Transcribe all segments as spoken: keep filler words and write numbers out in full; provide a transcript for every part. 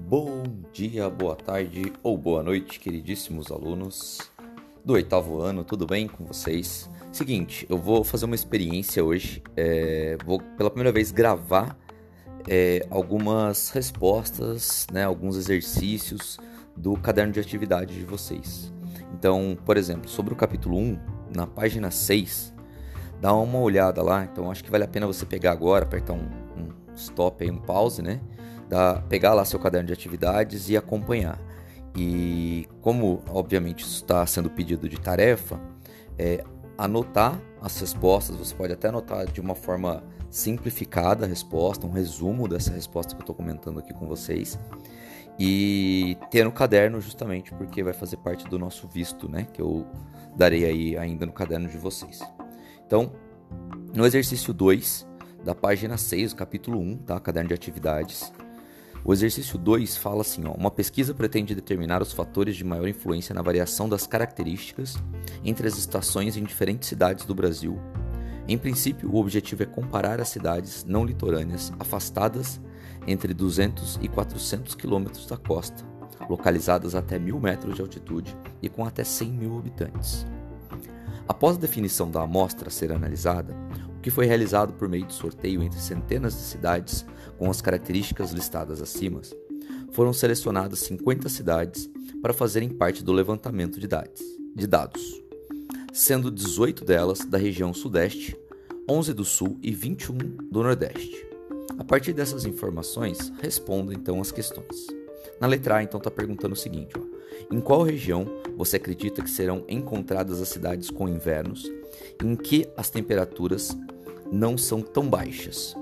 Bom dia, boa tarde ou boa noite, queridíssimos alunos do oitavo ano, tudo bem com vocês? Seguinte, eu vou fazer uma experiência hoje, é, vou pela primeira vez gravar é, algumas respostas, né, alguns exercícios do caderno de atividade de vocês. Então, por exemplo, sobre o capítulo um, na página seis, dá uma olhada lá, então acho que vale a pena você pegar agora, apertar um, um stop aí, um pause, né? Da, pegar lá seu caderno de atividades e acompanhar. E como, obviamente, isso está sendo pedido de tarefa, é, anotar as respostas, você pode até anotar de uma forma simplificada a resposta, um resumo dessa resposta que eu estou comentando aqui com vocês, e ter no caderno justamente porque vai fazer parte do nosso visto, né, que eu darei aí ainda no caderno de vocês. Então, no exercício dois, da página seis, capítulo um, tá, caderno de atividades, o exercício dois fala assim, ó, uma pesquisa pretende determinar os fatores de maior influência na variação das características entre as estações em diferentes cidades do Brasil. Em princípio, o objetivo é comparar as cidades não litorâneas afastadas entre duzentos e quatrocentos quilômetros da costa, localizadas até mil metros de altitude e com até cem mil habitantes. Após a definição da amostra a ser analisada, o que foi realizado por meio de sorteio entre centenas de cidades com as características listadas acima, foram selecionadas cinquenta cidades para fazerem parte do levantamento de dados, sendo dezoito delas da região sudeste, onze do sul e vinte e um do nordeste. A partir dessas informações, responda então as questões. Na letra A, então, está perguntando o seguinte, ó, em qual região você acredita que serão encontradas as cidades com invernos em que as temperaturas não são tão baixas?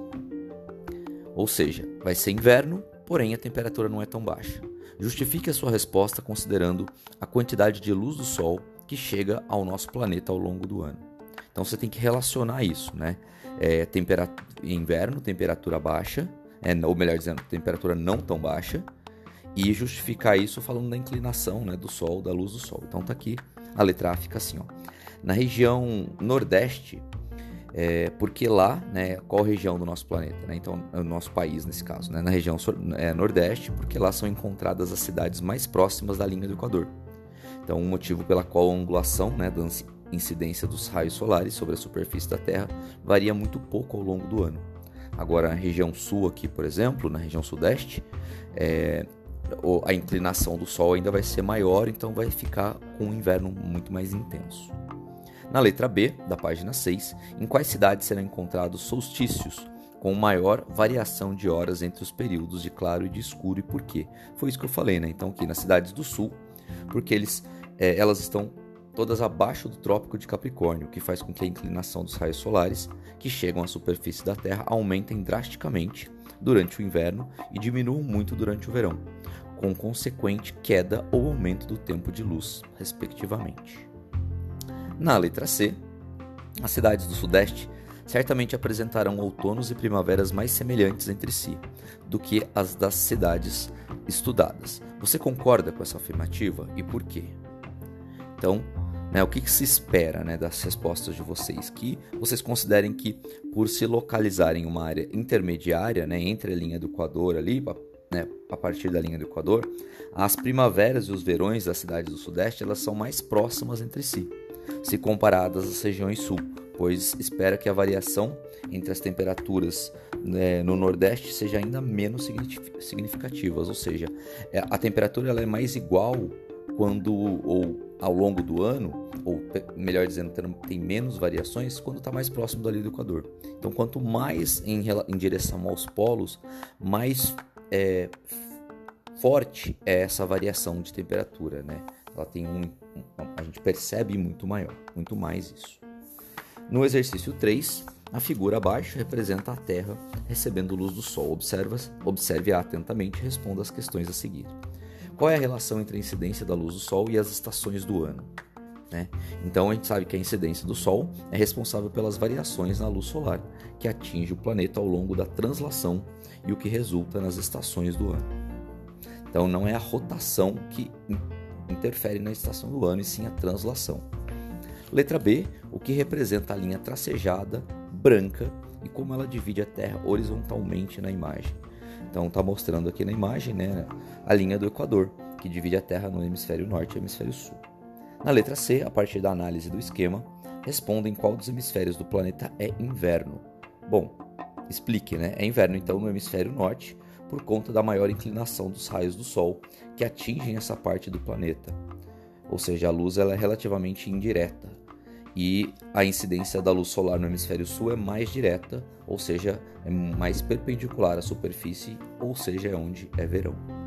Ou seja, vai ser inverno, porém a temperatura não é tão baixa. Justifique a sua resposta considerando a quantidade de luz do Sol que chega ao nosso planeta ao longo do ano. Então você tem que relacionar isso, né? É, temperatura, inverno, temperatura baixa, é, ou melhor dizendo, temperatura não tão baixa, e justificar isso falando da inclinação, né, do Sol, da luz do Sol. Então tá aqui, a letra A fica assim, ó. Na região nordeste, é, porque lá, né, qual região do nosso planeta, né? Então, é o nosso país nesse caso, né? Na região é, nordeste, porque lá são encontradas as cidades mais próximas da linha do Equador. Então, um motivo pela qual a angulação, né, da incidência dos raios solares sobre a superfície da Terra varia muito pouco ao longo do ano. Agora, na região sul aqui, por exemplo, na região sudeste, é, a inclinação do Sol ainda vai ser maior, então vai ficar com um inverno muito mais intenso. Na letra B, da página seis, em quais cidades serão encontrados solstícios com maior variação de horas entre os períodos de claro e de escuro e por quê? Foi isso que eu falei, né? Então aqui nas cidades do sul, porque eles, é, elas estão todas abaixo do Trópico de Capricórnio, o que faz com que a inclinação dos raios solares que chegam à superfície da Terra aumentem drasticamente durante o inverno e diminuam muito durante o verão, com consequente queda ou aumento do tempo de luz, respectivamente. Na letra C, as cidades do Sudeste certamente apresentarão outonos e primaveras mais semelhantes entre si do que as das cidades estudadas. Você concorda com essa afirmativa e por quê? Então, né, o que, que se espera, né, das respostas de vocês? Que vocês considerem que, por se localizarem em uma área intermediária, né, entre a linha do Equador ali, né, a partir da linha do Equador, as primaveras e os verões das cidades do Sudeste elas são mais próximas entre si, se comparadas às regiões sul, pois espera que a variação entre as temperaturas, né, no Nordeste seja ainda menos significativas, ou seja, a temperatura ela é mais igual quando, ou ao longo do ano, ou melhor dizendo, tem menos variações quando está mais próximo da linha do Equador. Então, quanto mais em, em direção aos polos, mais é, forte é essa variação de temperatura, né? Ela tem um, a gente percebe muito maior, muito mais isso. No exercício três, a figura abaixo representa a Terra recebendo luz do Sol. Observa, observe-a atentamente e responda as questões a seguir. Qual é a relação entre a incidência da luz do Sol e as estações do ano? Né? Então a gente sabe que a incidência do Sol é responsável pelas variações na luz solar que atinge o planeta ao longo da translação e o que resulta nas estações do ano. Então não é a rotação que interfere na estação do ano, e sim a translação. Letra B, o que representa a linha tracejada, branca, e como ela divide a Terra horizontalmente na imagem. Então está mostrando aqui na imagem, né, a linha do Equador, que divide a Terra no hemisfério norte e hemisfério sul. Na letra C, a partir da análise do esquema, respondem qual dos hemisférios do planeta é inverno. Bom, explique, né? É inverno então no hemisfério norte, por conta da maior inclinação dos raios do Sol que atingem essa parte do planeta. Ou seja, a luz ela é relativamente indireta. E a incidência da luz solar no hemisfério sul é mais direta, ou seja, é mais perpendicular à superfície, ou seja, é onde é verão.